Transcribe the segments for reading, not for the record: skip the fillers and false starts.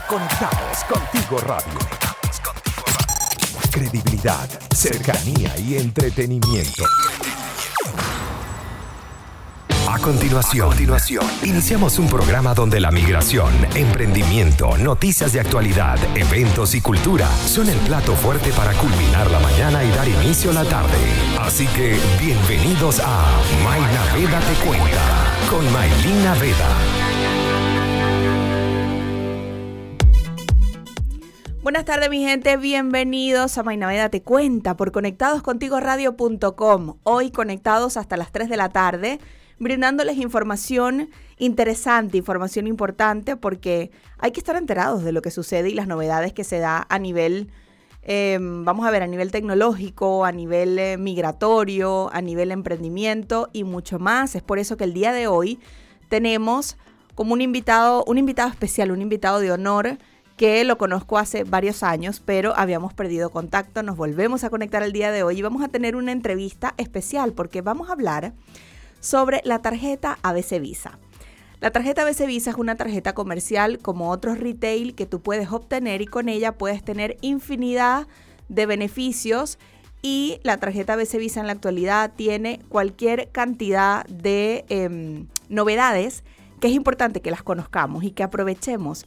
Conectados Contigo Radio. Credibilidad, cercanía y entretenimiento. A continuación, iniciamos un programa donde la migración, emprendimiento, noticias de actualidad, eventos y cultura son el plato fuerte para culminar la mañana y dar inicio a la tarde. Así que, bienvenidos a Mayna Veda Te Cuenta, con Maylin Naveda. Buenas tardes, mi gente. Bienvenidos a Mayna Veda Te Cuenta por conectadoscontigoradio.com. Hoy conectados hasta las 3 de la tarde, brindándoles información interesante, información importante, porque hay que estar enterados de lo que sucede y las novedades que se da a nivel, a nivel tecnológico, a nivel migratorio, a nivel emprendimiento y mucho más. Es por eso que el día de hoy tenemos como un invitado especial, un invitado de honor, que lo conozco hace varios años, pero habíamos perdido contacto. Nos volvemos a conectar el día de hoy y vamos a tener una entrevista especial porque vamos a hablar sobre la tarjeta ABC Visa. La tarjeta ABC Visa es una tarjeta comercial como otros retail que tú puedes obtener y con ella puedes tener infinidad de beneficios, y la tarjeta ABC Visa en la actualidad tiene cualquier cantidad de novedades que es importante que las conozcamos y que aprovechemos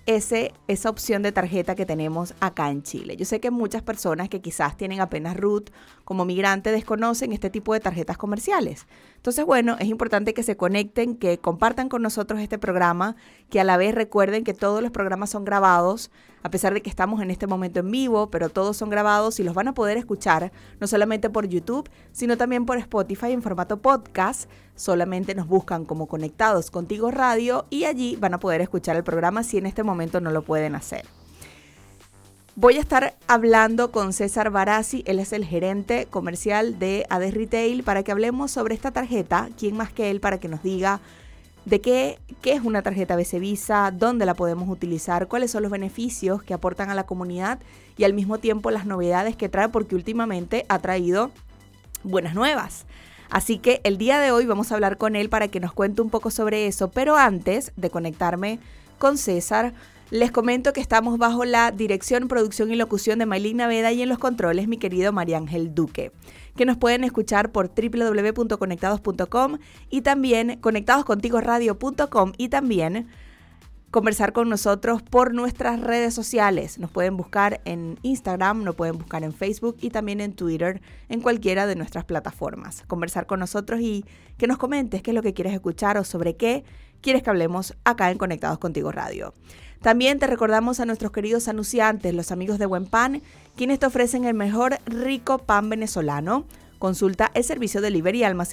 esa opción de tarjeta que tenemos acá en Chile. Yo sé que muchas personas que quizás tienen apenas RUT como migrante desconocen este tipo de tarjetas comerciales. Entonces, bueno, es importante que se conecten, que compartan con nosotros este programa, que a la vez recuerden que todos los programas son grabados, a pesar de que estamos en este momento en vivo, pero todos son grabados y los van a poder escuchar no solamente por YouTube, sino también por Spotify en formato podcast. Solamente nos buscan como Conectados Contigo Radio y allí van a poder escuchar el programa si en este momento no lo pueden hacer. Voy a estar hablando con César Varazzi, él es el gerente comercial de AD Retail, para que hablemos sobre esta tarjeta. ¿Quién más que él para que nos diga de qué es una tarjeta ABC Visa, dónde la podemos utilizar, cuáles son los beneficios que aportan a la comunidad y al mismo tiempo las novedades que trae, porque últimamente ha traído buenas nuevas? Así que el día de hoy vamos a hablar con él para que nos cuente un poco sobre eso. Pero antes de conectarme con César, les comento que estamos bajo la dirección, producción y locución de Maylin Naveda y en los controles mi querido María Ángel Duque, que nos pueden escuchar por www.conectados.com y también conectadoscontigoradio.com y también conversar con nosotros por nuestras redes sociales. Nos pueden buscar en Instagram, nos pueden buscar en Facebook y también en Twitter, en cualquiera de nuestras plataformas. Conversar con nosotros y que nos comentes qué es lo que quieres escuchar o sobre qué quieres que hablemos acá en Conectados Contigo Radio. También te recordamos a nuestros queridos anunciantes, los amigos de Buen Pan, quienes te ofrecen el mejor rico pan venezolano. Consulta el servicio delivery al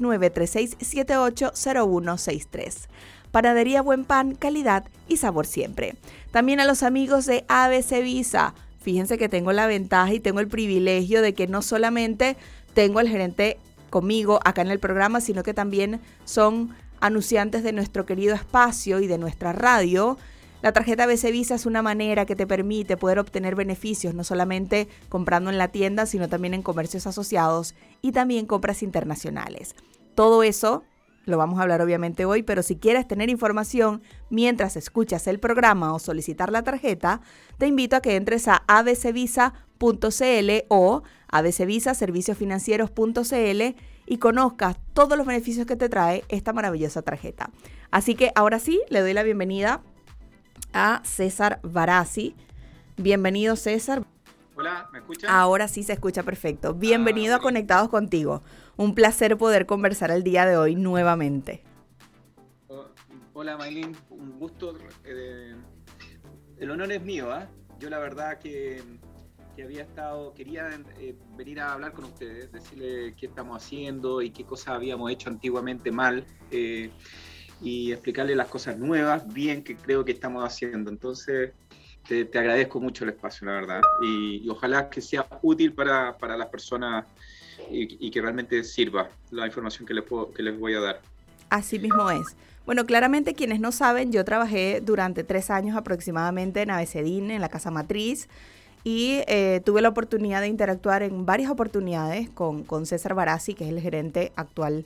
+569-3678-0163. Panadería Buen Pan, calidad y sabor siempre. También a los amigos de ABC Visa. Fíjense que tengo la ventaja y tengo el privilegio de que no solamente tengo al gerente conmigo acá en el programa, sino que también son anunciantes de nuestro querido espacio y de nuestra radio. La tarjeta ABC Visa es una manera que te permite poder obtener beneficios, no solamente comprando en la tienda, sino también en comercios asociados y también compras internacionales. Todo eso lo vamos a hablar obviamente hoy, pero si quieres tener información mientras escuchas el programa o solicitar la tarjeta, te invito a que entres a abcvisa.cl o abcvisaserviciosfinancieros.cl y conozcas todos los beneficios que te trae esta maravillosa tarjeta. Así que ahora sí, le doy la bienvenida a César Varazzi. Bienvenido, César. Hola, ¿me escuchan? Ahora sí se escucha perfecto. Bienvenido a Conectados Contigo. Un placer poder conversar el día de hoy nuevamente. Hola, Maylin, un gusto. El honor es mío, ¿eh? Yo la verdad que quería venir a hablar con ustedes, decirles qué estamos haciendo y qué cosas habíamos hecho antiguamente mal, y explicarles las cosas nuevas, bien, que creo que estamos haciendo. Entonces, te agradezco mucho el espacio, la verdad, y ojalá que sea útil para las personas y que realmente sirva la información que les voy a dar. Así mismo es. Bueno, claramente quienes no saben, yo trabajé durante 3 años aproximadamente en ABCDIN, en la casa matriz, y tuve la oportunidad de interactuar en varias oportunidades con César Varazzi, que es el gerente actual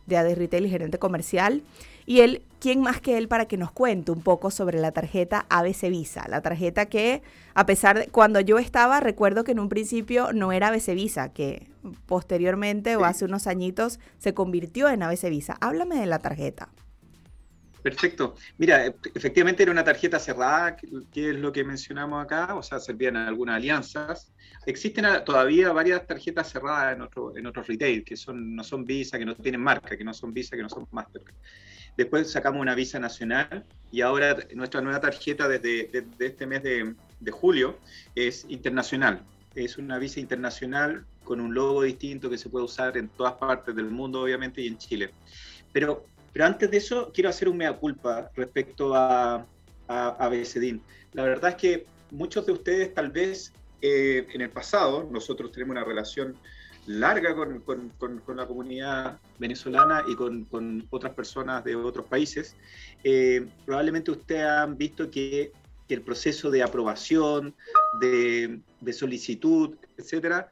de AD Retail y gerente comercial. Y él, ¿quién más que él para que nos cuente un poco sobre la tarjeta ABC Visa? La tarjeta que, a pesar de cuando yo estaba, recuerdo que en un principio no era ABC Visa, que posteriormente o hace unos añitos se convirtió en ABC Visa. Háblame de la tarjeta. Perfecto. Mira, efectivamente era una tarjeta cerrada, que es lo que mencionamos acá, o sea, servían en algunas alianzas. Existen todavía varias tarjetas cerradas en otros retail, que no son Visa, que no tienen marca, que no son Visa, que no son Mastercard. Después sacamos una Visa nacional y ahora nuestra nueva tarjeta desde este mes de julio es internacional. Es una Visa internacional con un logo distinto que se puede usar en todas partes del mundo, obviamente, y en Chile. Pero antes de eso, quiero hacer un mea culpa respecto a BCDIN. La verdad es que muchos de ustedes, tal vez, en el pasado, nosotros tenemos una relación larga con la comunidad venezolana y con otras personas de otros países. Probablemente ustedes han visto que el proceso de aprobación, de solicitud, etcétera,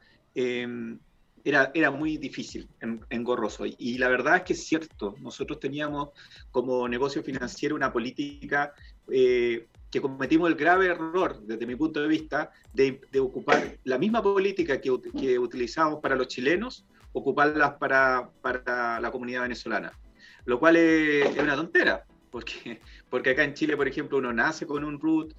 era muy difícil, engorroso. Y la verdad es que es cierto, nosotros teníamos como negocio financiero una política que cometimos el grave error, desde mi punto de vista, de ocupar la misma política que utilizamos para los chilenos, ocuparlas para la comunidad venezolana. Lo cual es una tontera, porque acá en Chile, por ejemplo, uno nace con un RUT,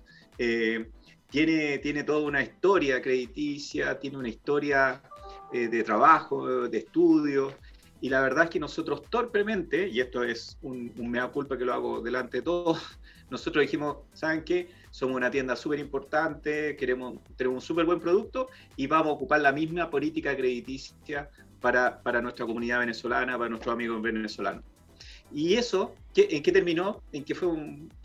tiene toda una historia crediticia, tiene una historia de trabajo, de estudio, y la verdad es que nosotros torpemente, y esto es un mea culpa que lo hago delante de todos, nosotros dijimos, ¿saben qué? Somos una tienda súper importante, tenemos un súper buen producto y vamos a ocupar la misma política crediticia para nuestra comunidad venezolana, para nuestros amigos venezolanos. Y eso, ¿en qué terminó? En que fue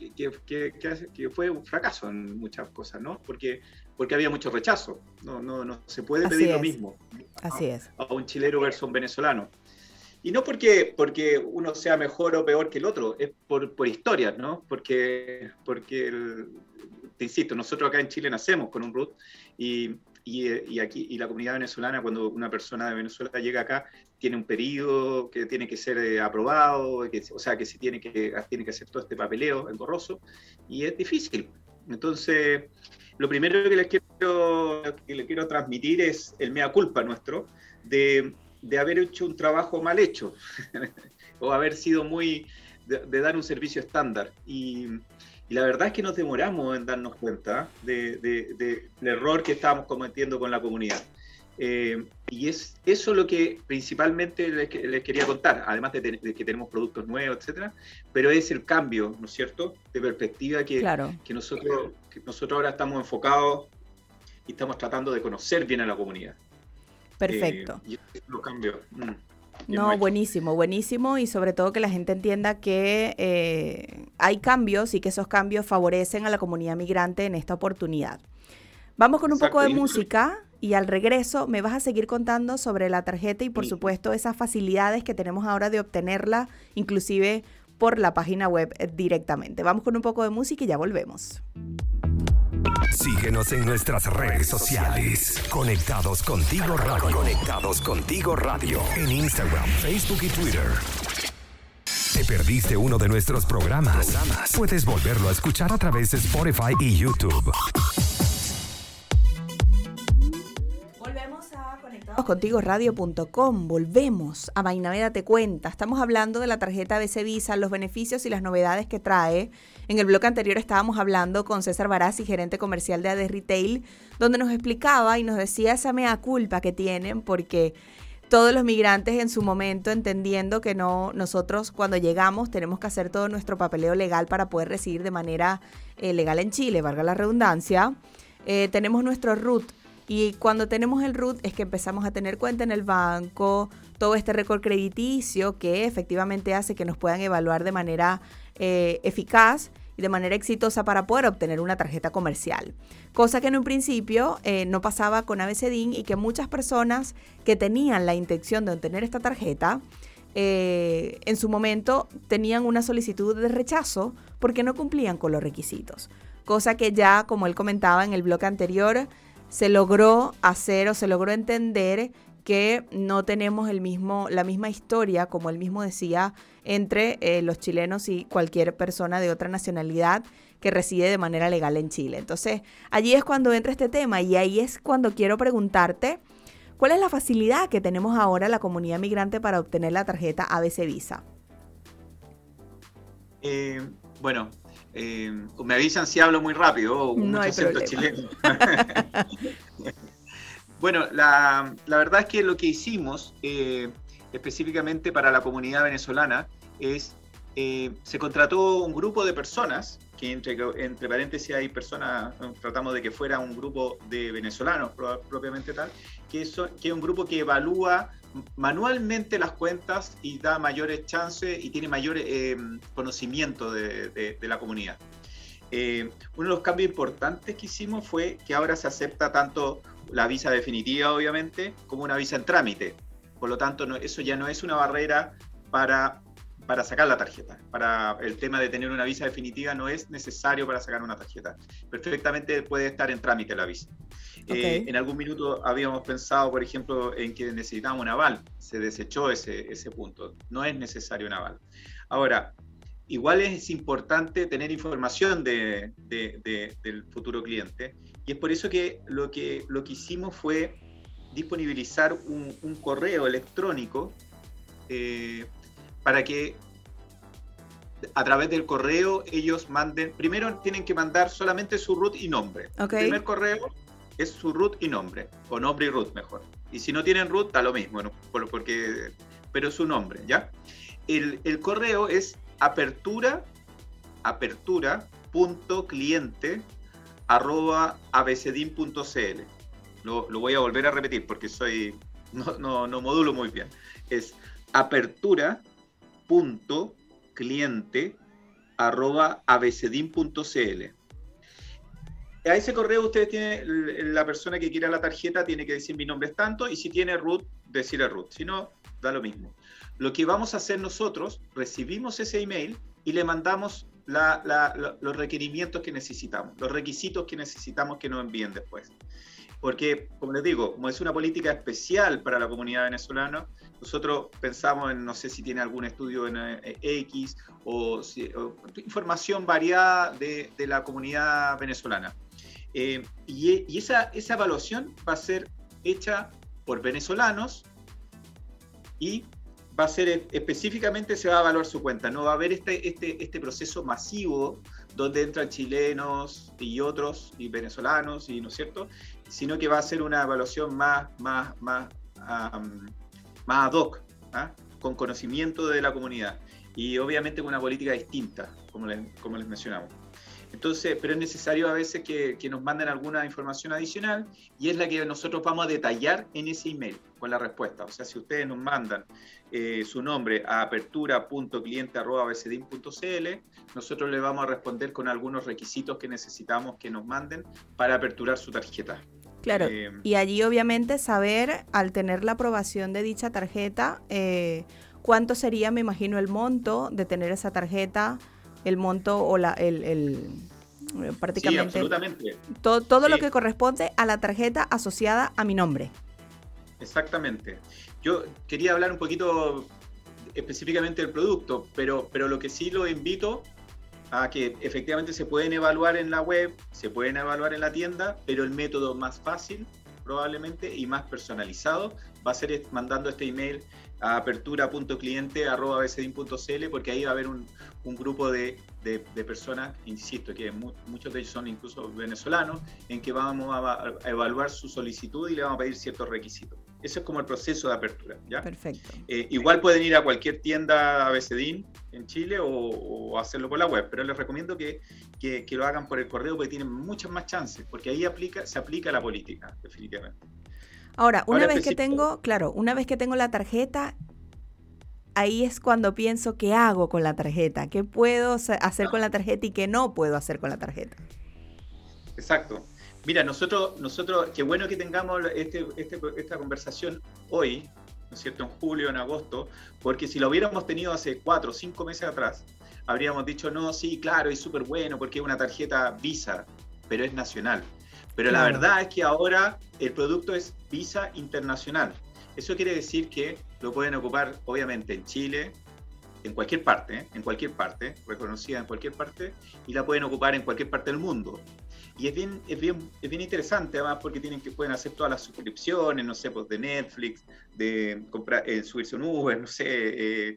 un fracaso en muchas cosas, ¿no? Porque había mucho rechazo. No se puede pedir lo mismo a un chileno versus un venezolano. Y no porque uno sea mejor o peor que el otro, es por historias, ¿no? Porque te insisto, nosotros acá en Chile nacemos con un RUT y aquí, y la comunidad venezolana, cuando una persona de Venezuela llega acá, tiene un periodo que tiene que ser aprobado, o sea, que se tiene que hacer todo este papeleo engorroso, y es difícil. Entonces, lo primero que les quiero transmitir es el mea culpa nuestro de haber hecho un trabajo mal hecho, o haber sido de dar un servicio estándar. Y la verdad es que nos demoramos en darnos cuenta del error que estábamos cometiendo con la comunidad. Y es eso lo que principalmente les quería contar, además de que tenemos productos nuevos, etcétera, pero es el cambio, ¿no es cierto?, de perspectiva que nosotros ahora estamos enfocados y estamos tratando de conocer bien a la comunidad. Perfecto. Y los cambios. No, buenísimo, y sobre todo que la gente entienda que hay cambios y que esos cambios favorecen a la comunidad migrante en esta oportunidad. Vamos con un poco de música y al regreso me vas a seguir contando sobre la tarjeta y por supuesto esas facilidades que tenemos ahora de obtenerla, inclusive por la página web directamente. Vamos con un poco de música y ya volvemos. Síguenos en nuestras redes sociales. Conectados Contigo Radio. Conectados Contigo Radio. En Instagram, Facebook y Twitter. ¿Te perdiste uno de nuestros programas? Puedes volverlo a escuchar a través de Spotify y YouTube. Volvemos a conectadoscontigoradio.com. Volvemos a Mainaveda Te Cuenta. Estamos hablando de la tarjeta ABC Visa, los beneficios y las novedades que trae. En el bloque anterior estábamos hablando con César Barazzi, gerente comercial de AD Retail, donde nos explicaba y nos decía esa mea culpa que tienen porque todos los migrantes en su momento entendiendo que nosotros cuando llegamos tenemos que hacer todo nuestro papeleo legal para poder residir de manera legal en Chile, valga la redundancia. Tenemos nuestro RUT y cuando tenemos el RUT es que empezamos a tener cuenta en el banco, todo este récord crediticio que efectivamente hace que nos puedan evaluar de manera eficaz y de manera exitosa para poder obtener una tarjeta comercial. Cosa que en un principio no pasaba con ABCDIN y que muchas personas que tenían la intención de obtener esta tarjeta en su momento tenían una solicitud de rechazo porque no cumplían con los requisitos. Cosa que ya, como él comentaba en el bloque anterior, se logró hacer o se logró entender que no tenemos la misma historia, como él mismo decía, entre los chilenos y cualquier persona de otra nacionalidad que reside de manera legal en Chile. Entonces, allí es cuando entra este tema y ahí es cuando quiero preguntarte, ¿cuál es la facilidad que tenemos ahora la comunidad migrante para obtener la tarjeta ABC Visa? Bueno, me avisan si hablo muy rápido, no hay problema. Chileno. Bueno, la verdad es que lo que hicimos específicamente para la comunidad venezolana es, se contrató un grupo de personas, que entre paréntesis hay personas, tratamos de que fuera un grupo de venezolanos propiamente tal, que es un grupo que evalúa manualmente las cuentas y da mayores chances y tiene mayor conocimiento de la comunidad. Uno de los cambios importantes que hicimos fue que ahora se acepta tanto la visa definitiva, obviamente, como una visa en trámite. Por lo tanto, eso ya no es una barrera para sacar la tarjeta. Para el tema de tener una visa definitiva no es necesario para sacar una tarjeta. Perfectamente puede estar en trámite la visa. Okay. En algún minuto habíamos pensado, por ejemplo, en que necesitábamos un aval. Se desechó ese punto. No es necesario un aval. Ahora, igual es importante tener información del futuro cliente, y es por eso que lo que hicimos fue disponibilizar un correo electrónico para que a través del correo ellos manden, primero tienen que mandar solamente su root y nombre. Okay. El primer correo es su root y nombre, o nombre y root mejor. Y si no tienen root, da lo mismo, ¿no? Pero su nombre, ¿ya? El correo es apertura.cliente@abcdin.cl. Lo voy a volver a repetir porque no modulo muy bien. Es apertura.cliente@abcdin.cl. A ese correo ustedes tienen, la persona que quiera la tarjeta tiene que decir mi nombre es tanto, y si tiene root, decir el root. Si no, da lo mismo. Lo que vamos a hacer nosotros, recibimos ese email y le mandamos los requerimientos que necesitamos, los requisitos que necesitamos que nos envíen después. Porque, como les digo, como es una política especial para la comunidad venezolana, nosotros pensamos en, no sé si tiene algún estudio en X o información variada de la comunidad venezolana. Y esa evaluación va a ser hecha por venezolanos y va a ser específicamente, se va a evaluar su cuenta. No va a haber este proceso masivo donde entran chilenos y otros, y venezolanos, ¿no es cierto? Sino que va a ser una evaluación más ad hoc, ¿eh? Con conocimiento de la comunidad y obviamente con una política distinta, como les mencionamos. Entonces, pero es necesario a veces que nos manden alguna información adicional, y es la que nosotros vamos a detallar en ese email con la respuesta. O sea, si ustedes nos mandan su nombre a apertura.cliente@abcdin.cl, nosotros le vamos a responder con algunos requisitos que necesitamos que nos manden para aperturar su tarjeta. Claro, y allí obviamente saber, al tener la aprobación de dicha tarjeta, cuánto sería, me imagino, el monto de tener esa tarjeta, el monto o prácticamente, sí, absolutamente. Todo lo que corresponde a la tarjeta asociada a mi nombre. Exactamente. Yo quería hablar un poquito específicamente del producto, pero lo que sí lo invito a que efectivamente se pueden evaluar en la web, se pueden evaluar en la tienda, pero el método más fácil probablemente y más personalizado va a ser mandando este email a apertura.cliente@abcdin.cl, porque ahí va a haber un grupo de personas, insisto, que muchos de ellos son incluso venezolanos, en que vamos a evaluar su solicitud y le vamos a pedir ciertos requisitos. Eso es como el proceso de apertura, ¿ya? Perfecto. Igual pueden ir a cualquier tienda ABCDIN en Chile o hacerlo por la web, pero les recomiendo que lo hagan por el correo, porque tienen muchas más chances, porque ahí se aplica la política, definitivamente. Ahora, una vez que tengo la tarjeta, ahí es cuando pienso qué hago con la tarjeta, qué puedo hacer con la tarjeta y qué no puedo hacer con la tarjeta. Exacto. Mira, nosotros, qué bueno que tengamos esta conversación hoy, ¿no es cierto?, en julio, en agosto, porque si lo hubiéramos tenido hace 4 o 5 meses atrás, habríamos dicho, no, sí, claro, es súper bueno porque es una tarjeta Visa, pero es nacional. Pero la verdad es que ahora el producto es Visa Internacional. Eso quiere decir que lo pueden ocupar, obviamente, en Chile, en cualquier parte, reconocida en cualquier parte, y la pueden ocupar en cualquier parte del mundo. Y es bien interesante, además, porque pueden hacer todas las suscripciones, no sé, pues de Netflix, de comprar, subirse un Uber, no sé,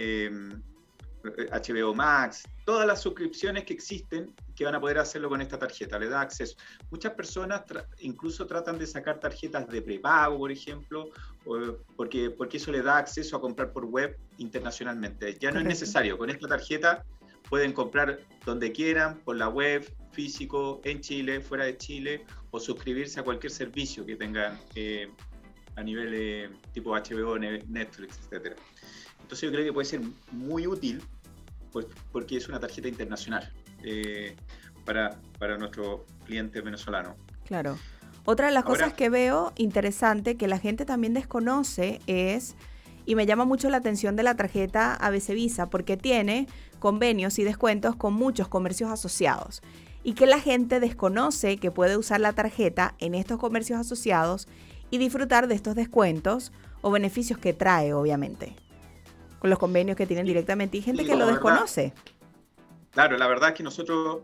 HBO Max, todas las suscripciones que existen, que van a poder hacerlo con esta tarjeta, le da acceso. Muchas personas incluso tratan de sacar tarjetas de prepago, por ejemplo, porque eso le da acceso a comprar por web internacionalmente. Ya no es necesario, con esta tarjeta pueden comprar donde quieran, por la web, físico, en Chile, fuera de Chile, o suscribirse a cualquier servicio que tengan a nivel tipo HBO, Netflix, etc. Entonces yo creo que puede ser muy útil, pues, porque es una tarjeta internacional para nuestro cliente venezolano. Claro. Otra de las cosas que veo interesante, que la gente también desconoce, y me llama mucho la atención de la tarjeta ABC Visa, porque tiene convenios y descuentos con muchos comercios asociados, y que la gente desconoce que puede usar la tarjeta en estos comercios asociados y disfrutar de estos descuentos o beneficios que trae, obviamente, con los convenios que tienen directamente. Y gente que lo desconoce. Claro, la verdad es que nosotros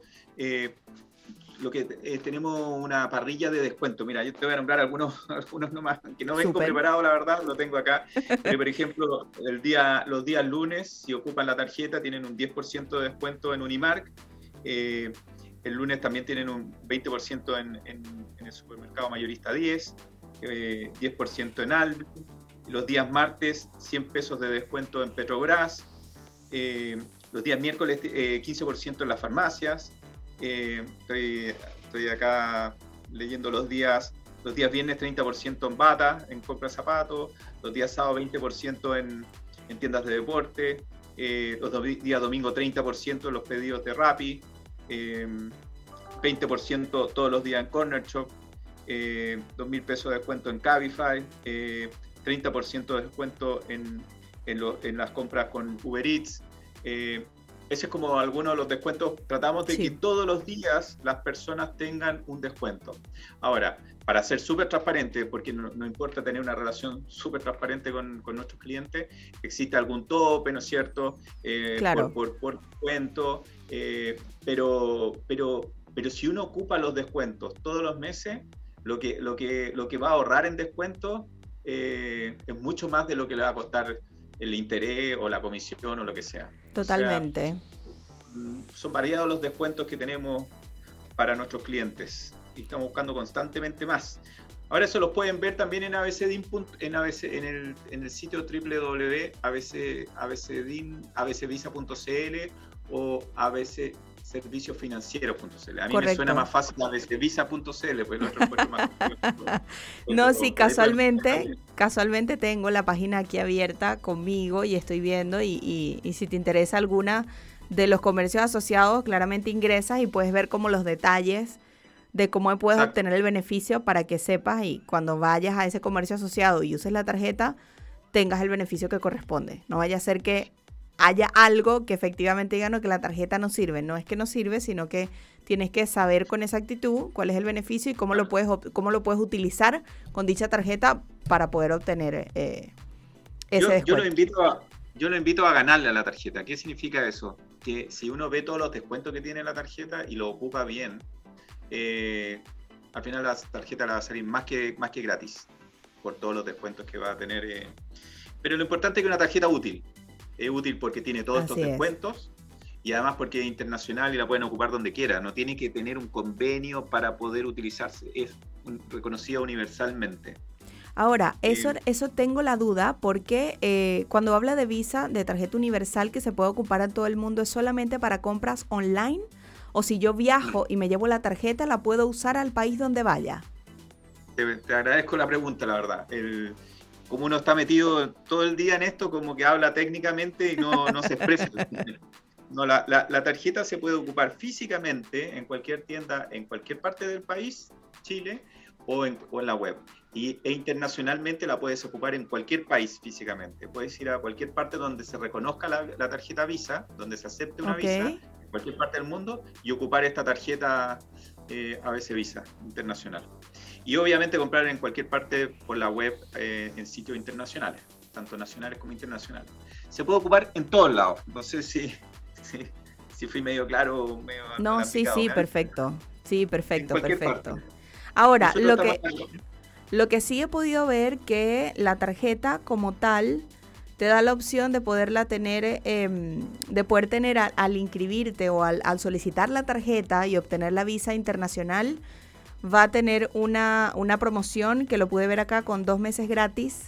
tenemos una parrilla de descuento. Mira, yo te voy a nombrar algunos nomás, que no vengo preparado, la verdad, lo tengo acá. Pero, por ejemplo, los días lunes, si ocupan la tarjeta, tienen un 10% de descuento en Unimark. El lunes también tienen un 20% en el supermercado mayorista 10, 10% en Aldi. Los días martes, 100 pesos de descuento en Petrobras. Los días miércoles, 15% en las farmacias. Estoy acá leyendo los días viernes, 30% en Bata, en compra de zapatos. Los días sábado, 20% en tiendas de deporte. Los días domingo, 30% en los pedidos de Rappi. 20% todos los días en Corner Shop. 2.000 pesos de descuento en Cabify. 30% de descuento en las compras con Uber Eats. Ese es como algunos de los descuentos. Tratamos de que todos los días las personas tengan un descuento. Ahora, para ser súper transparente, porque no importa tener una relación súper transparente con nuestros clientes, existe algún tope, ¿no es cierto? Claro. Por descuento, pero si uno ocupa los descuentos todos los meses, lo que va a ahorrar en descuento es mucho más de lo que le va a costar el interés o la comisión o lo que sea. Totalmente. O sea, son variados los descuentos que tenemos para nuestros clientes y estamos buscando constantemente más. Ahora eso los pueden ver también en en el sitio www.abcvisa.cl o abcserviciosfinancieros.cl. A mí me suena más fácil abcvisa.cl, pues el otro fue más. No, sí, casualmente tengo la página aquí abierta conmigo y estoy viendo y si te interesa alguna de los comercios asociados, claramente ingresas y puedes ver como los detalles de cómo puedes obtener el beneficio para que sepas y cuando vayas a ese comercio asociado y uses la tarjeta, tengas el beneficio que corresponde. No vaya a ser que haya algo que efectivamente diga no, que la tarjeta no sirve. No es que no sirve, sino que tienes que saber con exactitud cuál es el beneficio y cómo lo puedes utilizar con dicha tarjeta para poder obtener ese descuento. Yo lo invito a ganarle a la tarjeta. ¿Qué significa eso? Que si uno ve todos los descuentos que tiene la tarjeta y lo ocupa bien, al final la tarjeta la va a salir más que gratis por todos los descuentos que va a tener. Pero lo importante es que una tarjeta útil. Es útil porque tiene todos estos descuentos y además porque es internacional y la pueden ocupar donde quiera. No tiene que tener un convenio para poder utilizarse. Es reconocida universalmente. Ahora, eso tengo la duda porque cuando habla de Visa, de tarjeta universal que se puede ocupar en todo el mundo, ¿es solamente para compras online? O si yo viajo y me llevo la tarjeta, ¿la puedo usar al país donde vaya? Te agradezco la pregunta, la verdad. Como uno está metido todo el día en esto, como que habla técnicamente y no se expresa. No, la tarjeta se puede ocupar físicamente en cualquier tienda, en cualquier parte del país, Chile, o en la web. E internacionalmente la puedes ocupar en cualquier país físicamente. Puedes ir a cualquier parte donde se reconozca la tarjeta Visa, donde se acepte una Visa, en cualquier parte del mundo, y ocupar esta tarjeta ABC Visa internacional. Y obviamente comprar en cualquier parte por la web en sitios internacionales, tanto nacionales como internacionales. Se puede ocupar en todos lados. No sé si fui medio claro. No, sí, perfecto. Sí, perfecto. Parte. Ahora, lo que sí he podido ver que la tarjeta como tal te da la opción de poderla tener, al inscribirte o al solicitar la tarjeta y obtener la visa internacional, va a tener una promoción que lo pude ver acá con 2 meses gratis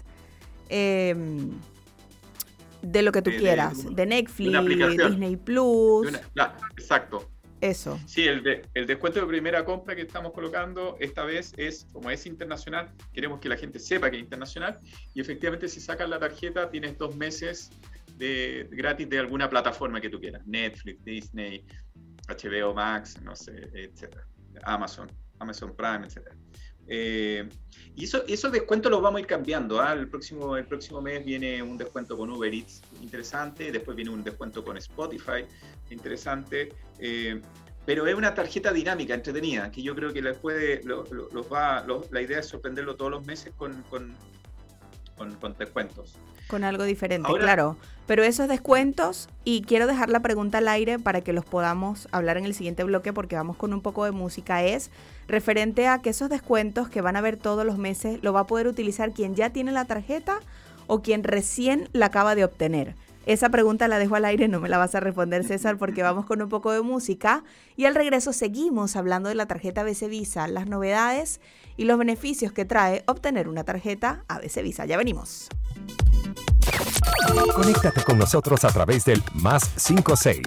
de lo que tú quieras, de Netflix, Disney Plus. Exacto. Eso. Sí, el descuento de primera compra que estamos colocando esta vez como es internacional, queremos que la gente sepa que es internacional, y efectivamente si sacas la tarjeta tienes 2 meses gratis de alguna plataforma que tú quieras, Netflix, Disney, HBO Max, no sé, etcétera, Amazon Prime, etcétera. Y esos descuentos los vamos a ir cambiando. El próximo mes viene un descuento con Uber Eats interesante, después viene un descuento con Spotify interesante, pero es una tarjeta dinámica, entretenida, que yo creo que les puede, la idea es sorprenderlo todos los meses con descuentos. Con algo diferente, ahora, claro. Pero esos descuentos, y quiero dejar la pregunta al aire para que los podamos hablar en el siguiente bloque, porque vamos con un poco de música, es referente a que esos descuentos que van a haber todos los meses, lo va a poder utilizar quien ya tiene la tarjeta o quien recién la acaba de obtener. Esa pregunta la dejo al aire, no me la vas a responder, César, porque vamos con un poco de música. Y al regreso seguimos hablando de la tarjeta ABC Visa, las novedades y los beneficios que trae obtener una tarjeta ABC Visa. Ya venimos. Conéctate con nosotros a través del +56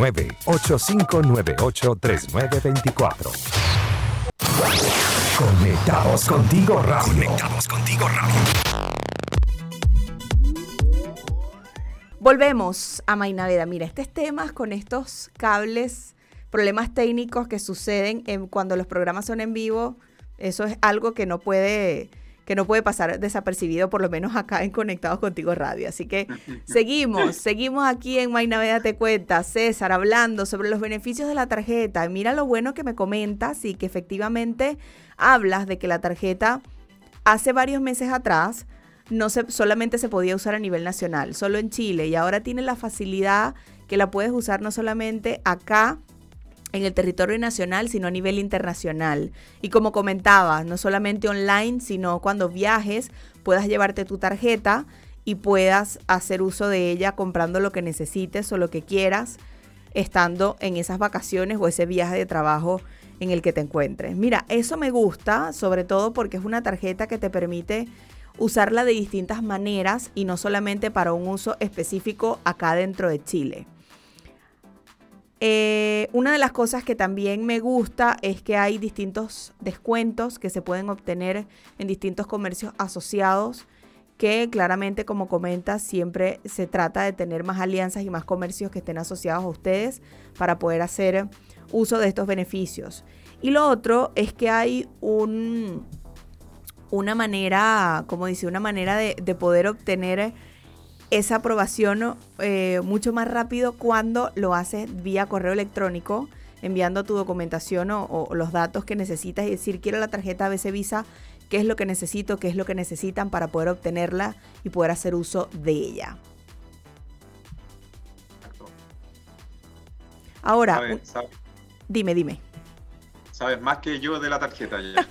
985983924. Conectados contigo radio. Volvemos a Mainaveda. Mira, estos temas con estos cables, problemas técnicos que suceden cuando los programas son en vivo, eso es algo que no puede pasar desapercibido, por lo menos acá en Conectados Contigo Radio. Así que seguimos aquí en Mainaveda Te Cuenta. César, hablando sobre los beneficios de la tarjeta. Mira lo bueno que me comentas y que efectivamente hablas de que la tarjeta hace varios meses atrás solamente se podía usar a nivel nacional, solo en Chile, y ahora tiene la facilidad que la puedes usar no solamente acá en el territorio nacional, sino a nivel internacional. Y como comentaba, no solamente online, sino cuando viajes puedas llevarte tu tarjeta y puedas hacer uso de ella comprando lo que necesites o lo que quieras, estando en esas vacaciones o ese viaje de trabajo en el que te encuentres. Mira, eso me gusta, sobre todo porque es una tarjeta que te permite usarla de distintas maneras y no solamente para un uso específico acá dentro de Chile. Una de las cosas que también me gusta es que hay distintos descuentos que se pueden obtener en distintos comercios asociados, que claramente, como comentas, siempre se trata de tener más alianzas y más comercios que estén asociados a ustedes para poder hacer uso de estos beneficios. Y lo otro es que hay una manera, como dice, una manera de poder obtener esa aprobación mucho más rápido cuando lo haces vía correo electrónico, enviando tu documentación o los datos que necesitas y decir, quiero la tarjeta ABC Visa, qué es lo que necesito, qué es lo que necesitan para poder obtenerla y poder hacer uso de ella. Ahora, dime. Sabes más que yo de la tarjeta ya.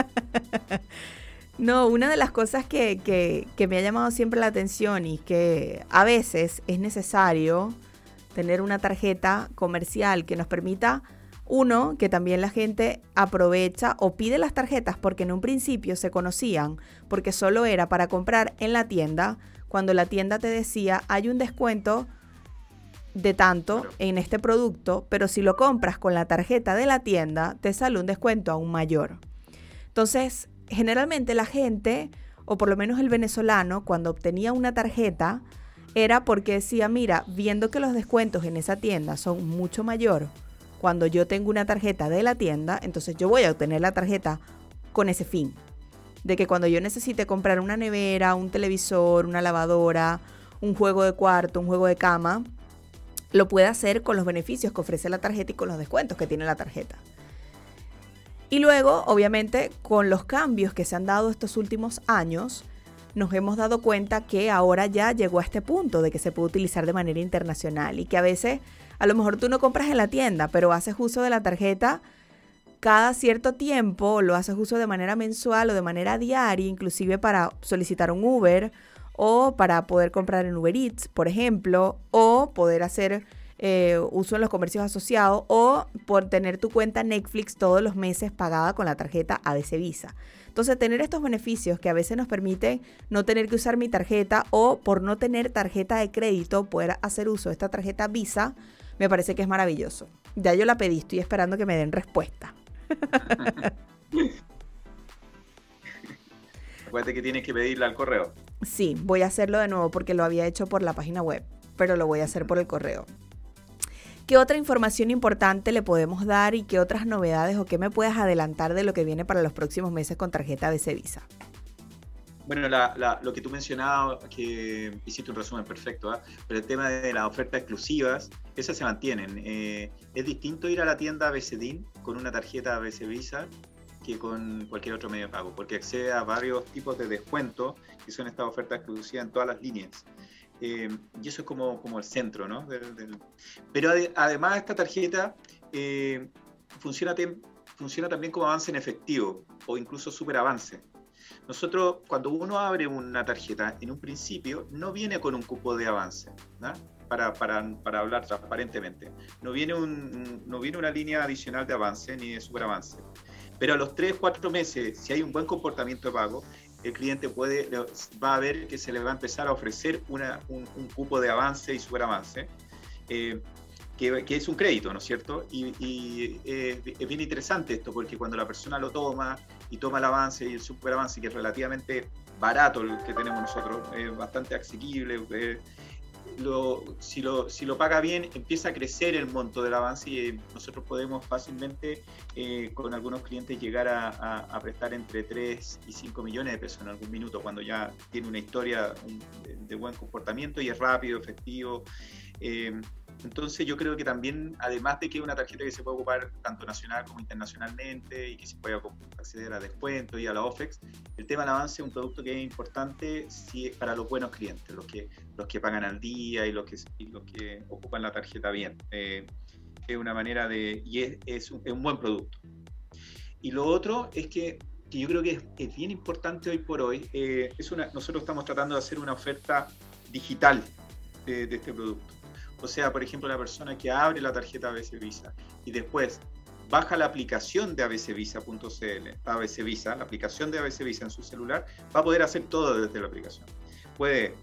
No, una de las cosas que me ha llamado siempre la atención y que a veces es necesario tener una tarjeta comercial que nos permita, uno, que también la gente aprovecha o pide las tarjetas porque en un principio se conocían, porque solo era para comprar en la tienda, cuando la tienda te decía, hay un descuento de tanto en este producto, pero si lo compras con la tarjeta de la tienda, te sale un descuento aún mayor. Entonces, generalmente la gente, o por lo menos el venezolano, cuando obtenía una tarjeta, era porque decía, mira, viendo que los descuentos en esa tienda son mucho mayor, cuando yo tengo una tarjeta de la tienda, entonces yo voy a obtener la tarjeta con ese fin. De que cuando yo necesite comprar una nevera, un televisor, una lavadora, un juego de cuarto, un juego de cama, lo pueda hacer con los beneficios que ofrece la tarjeta y con los descuentos que tiene la tarjeta. Y luego, obviamente, con los cambios que se han dado estos últimos años, nos hemos dado cuenta que ahora ya llegó a este punto de que se puede utilizar de manera internacional y que a veces, a lo mejor tú no compras en la tienda, pero haces uso de la tarjeta cada cierto tiempo, lo haces uso de manera mensual o de manera diaria, inclusive para solicitar un Uber o para poder comprar en Uber Eats, por ejemplo, o poder hacer uso en los comercios asociados o por tener tu cuenta Netflix todos los meses pagada con la tarjeta ABC Visa. Entonces, tener estos beneficios que a veces nos permiten no tener que usar mi tarjeta o por no tener tarjeta de crédito, poder hacer uso de esta tarjeta Visa, me parece que es maravilloso. Ya yo la pedí, estoy esperando que me den respuesta. Acuérdate que tienes que pedirla al correo. Sí, voy a hacerlo de nuevo porque lo había hecho por la página web, pero lo voy a hacer por el correo. ¿Qué otra información importante le podemos dar y qué otras novedades o qué me puedes adelantar de lo que viene para los próximos meses con tarjeta ABC Visa? Bueno, lo que tú mencionabas, que hiciste un resumen perfecto, pero el tema de las ofertas exclusivas, esas se mantienen. Es distinto ir a la tienda ABCDIN con una tarjeta ABC Visa que con cualquier otro medio de pago, porque accede a varios tipos de descuentos que son estas ofertas exclusivas en todas las líneas. Y eso es como el centro, ¿no? Pero además esta tarjeta funciona también como avance en efectivo o incluso superavance. Nosotros, cuando uno abre una tarjeta, en un principio no viene con un cupo de avance, ¿no? Para hablar transparentemente. No viene una línea adicional de avance ni de superavance. Pero a los 3-4 meses, si hay un buen comportamiento de pago, el cliente va a ver que se le va a empezar a ofrecer un cupo de avance y superavance, que es un crédito, ¿no es cierto? Y es bien interesante esto, porque cuando la persona lo toma y toma el avance y el superavance, que es relativamente barato el que tenemos nosotros, es bastante asequible, si lo paga bien, empieza a crecer el monto del avance y nosotros podemos fácilmente con algunos clientes llegar a prestar entre 3 y 5 millones de pesos en algún minuto, cuando ya tiene una historia de buen comportamiento y es rápido, efectivo. Entonces yo creo que también, además de que es una tarjeta que se puede ocupar tanto nacional como internacionalmente y que se puede acceder a descuentos y a la OFEX, el tema del avance es un producto que es importante para los buenos clientes, los que pagan al día y los que ocupan la tarjeta bien. Es una manera es un buen producto. Y lo otro es que yo creo que es bien importante hoy por hoy, nosotros estamos tratando de hacer una oferta digital de este producto. O sea, por ejemplo, la persona que abre la tarjeta ABC Visa y después baja la aplicación de abcvisa.cl, ABC Visa, la aplicación de ABC Visa en su celular, va a poder hacer todo desde la aplicación. Puede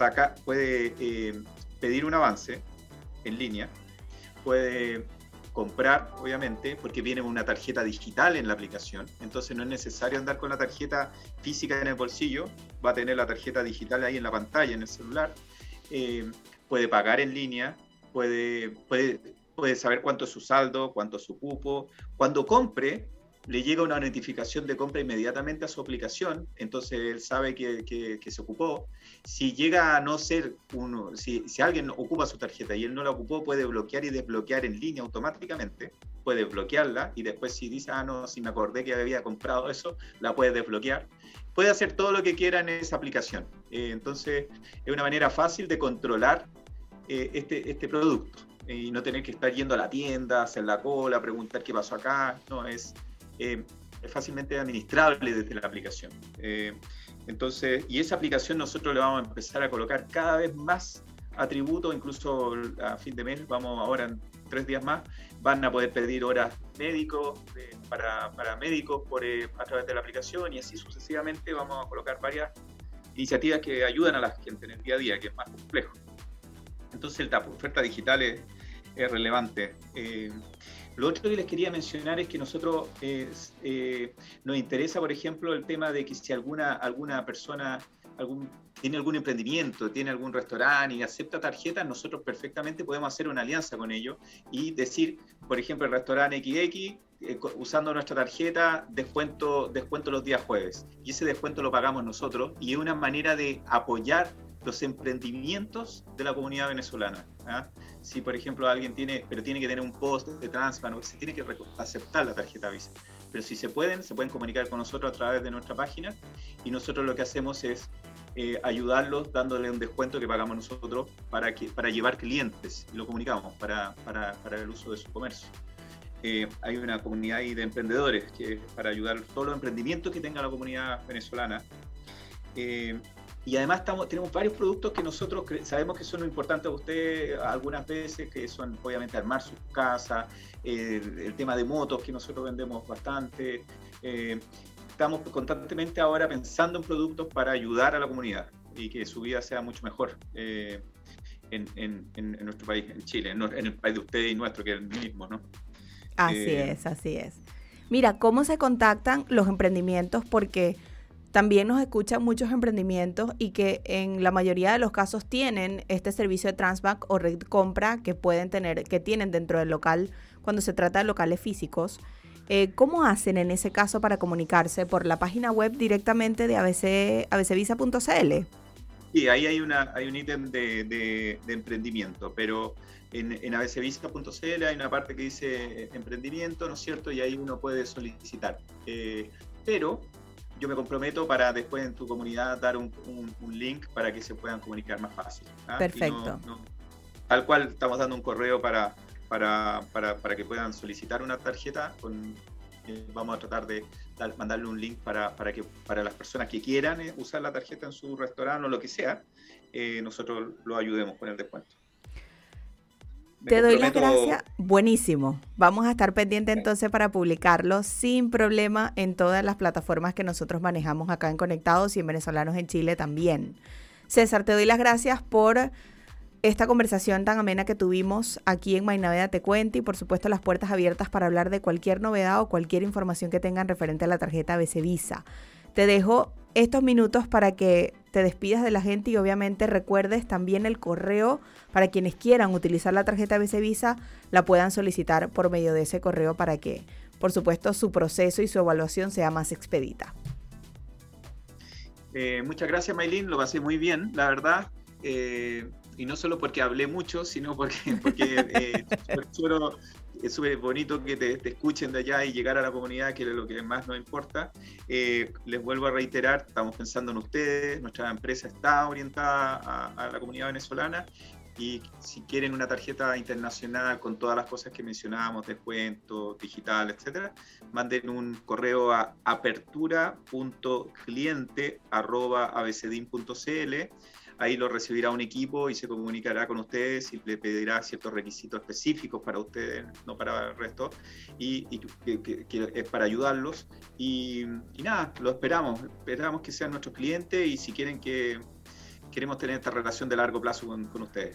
pedir un avance en línea, puede comprar, obviamente, porque viene una tarjeta digital en la aplicación, entonces no es necesario andar con la tarjeta física en el bolsillo, va a tener la tarjeta digital ahí en la pantalla, en el celular. Puede pagar en línea, puede saber cuánto es su saldo, cuánto es su cupo. Cuando compre, le llega una notificación de compra inmediatamente a su aplicación, entonces él sabe que se ocupó. Si llega a no ser si alguien ocupa su tarjeta y él no la ocupó, puede bloquear y desbloquear en línea automáticamente, puede bloquearla y después si dice, no, si me acordé que había comprado eso, la puede desbloquear. Puede hacer todo lo que quiera en esa aplicación. Entonces, es una manera fácil de controlar este producto y no tener que estar yendo a la tienda, hacer la cola, preguntar qué pasó acá. No, es fácilmente administrable desde la aplicación. Entonces, y esa aplicación nosotros le vamos a empezar a colocar cada vez más atributos, incluso a fin de mes, vamos ahora en 3 días más, van a poder pedir horas médicos para médicos a través de la aplicación y así sucesivamente vamos a colocar varias iniciativas que ayudan a la gente en el día a día, que es más complejo. Entonces la oferta digital es relevante. Lo otro que les quería mencionar es que nosotros nos interesa, por ejemplo, el tema de que si alguna persona tiene algún emprendimiento, tiene algún restaurante y acepta tarjetas, nosotros perfectamente podemos hacer una alianza con ellos y decir, por ejemplo, el restaurante XX, usando nuestra tarjeta, descuento los días jueves. Y ese descuento lo pagamos nosotros y es una manera de apoyar los emprendimientos de la comunidad venezolana. Si, por ejemplo, alguien tiene que tener un post de Transpan, se tiene que aceptar la tarjeta Visa. pero si se pueden comunicar con nosotros a través de nuestra página, y nosotros lo que hacemos es ayudarlos dándole un descuento que pagamos nosotros para llevar clientes, y lo comunicamos para el uso de su comercio. Hay una comunidad ahí de emprendedores que para ayudar todos los emprendimientos que tenga la comunidad venezolana. Y además tenemos varios productos que nosotros sabemos que son importantes a ustedes algunas veces, que son obviamente armar sus casas, el tema de motos que nosotros vendemos bastante. Estamos constantemente ahora pensando en productos para ayudar a la comunidad y que su vida sea mucho mejor en nuestro país, en Chile, en el país de ustedes y nuestro, que es el mismo, ¿no? Así es. Mira, ¿cómo se contactan los emprendimientos? Porque también nos escuchan muchos emprendimientos y que en la mayoría de los casos tienen este servicio de Transbank o red compra que tienen dentro del local cuando se trata de locales físicos. ¿Cómo hacen en ese caso para comunicarse? ¿Por la página web directamente de abcvisa.cl? Sí, ahí hay un ítem de emprendimiento, pero en abcvisa.cl hay una parte que dice emprendimiento, ¿no es cierto? Y ahí uno puede solicitar. Pero yo me comprometo para después en tu comunidad dar un link para que se puedan comunicar más fácil. Perfecto. Tal cual estamos dando un correo para que puedan solicitar una tarjeta. Vamos a tratar de mandarle un link para las personas que quieran usar la tarjeta en su restaurante o lo que sea, nosotros lo ayudemos con el descuento. Te doy las gracias. Buenísimo. Vamos a estar pendientes entonces para publicarlo sin problema en todas las plataformas que nosotros manejamos acá en Conectados y en Venezolanos en Chile también. César, te doy las gracias por esta conversación tan amena que tuvimos aquí en Mainaveda Te Cuenta y por supuesto las puertas abiertas para hablar de cualquier novedad o cualquier información que tengan referente a la tarjeta ABC Visa. Te dejo estos minutos para que te despidas de la gente y obviamente recuerdes también el correo para quienes quieran utilizar la tarjeta ABC Visa, la puedan solicitar por medio de ese correo para que, por supuesto, su proceso y su evaluación sea más expedita. Muchas gracias, Maylin, lo pasé muy bien, la verdad. Y no solo porque hablé mucho, sino porque es súper bonito que te escuchen de allá y llegar a la comunidad, que es lo que más nos importa. Les vuelvo a reiterar, estamos pensando en ustedes, nuestra empresa está orientada a la comunidad venezolana, y si quieren una tarjeta internacional con todas las cosas que mencionábamos, descuento, digital, etcétera, manden un correo a apertura.cliente@abcdim.cl. Ahí lo recibirá un equipo y se comunicará con ustedes y le pedirá ciertos requisitos específicos para ustedes, no para el resto, y que es para ayudarlos. Y nada, lo esperamos que sean nuestros clientes, y si quieren queremos tener esta relación de largo plazo con ustedes.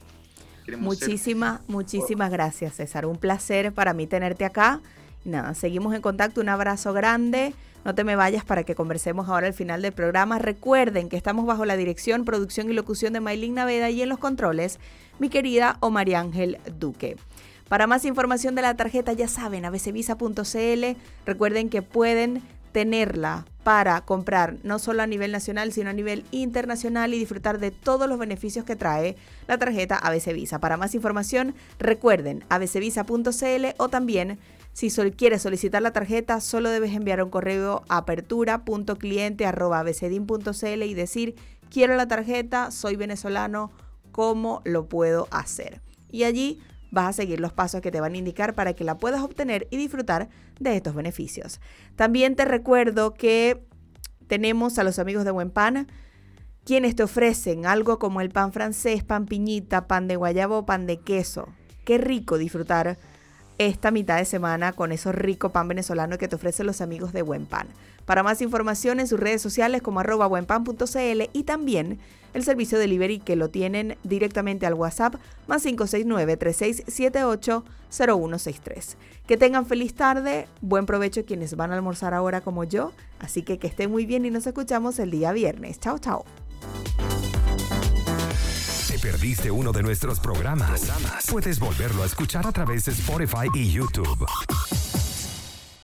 Muchísimas gracias, César. Un placer para mí tenerte acá. Y nada, seguimos en contacto. Un abrazo grande. No te me vayas para que conversemos ahora al final del programa. Recuerden que estamos bajo la dirección, producción y locución de Maylin Naveda, y en los controles, mi querida María Ángel Duque. Para más información de la tarjeta, ya saben, abcvisa.cl. Recuerden que pueden tenerla para comprar no solo a nivel nacional, sino a nivel internacional y disfrutar de todos los beneficios que trae la tarjeta ABC Visa. Para más información, recuerden abcvisa.cl, o también si quieres solicitar la tarjeta, solo debes enviar un correo a apertura.cliente@abcdim.cl y decir: quiero la tarjeta, soy venezolano, ¿cómo lo puedo hacer? Y allí vas a seguir los pasos que te van a indicar para que la puedas obtener y disfrutar de estos beneficios. También te recuerdo que tenemos a los amigos de Buen Pan, quienes te ofrecen algo como el pan francés, pan piñita, pan de guayabo, pan de queso. Qué rico disfrutar esta mitad de semana con esos rico pan venezolano que te ofrecen los amigos de Buen Pan. Para más información en sus redes sociales como @buenpan.cl, y también el servicio delivery que lo tienen directamente al WhatsApp más 569-3678-0163. Que tengan feliz tarde, buen provecho quienes van a almorzar ahora como yo, así que estén muy bien y nos escuchamos el día viernes. Chao, chao. ¿Te perdiste uno de nuestros programas? Puedes volverlo a escuchar a través de Spotify y YouTube.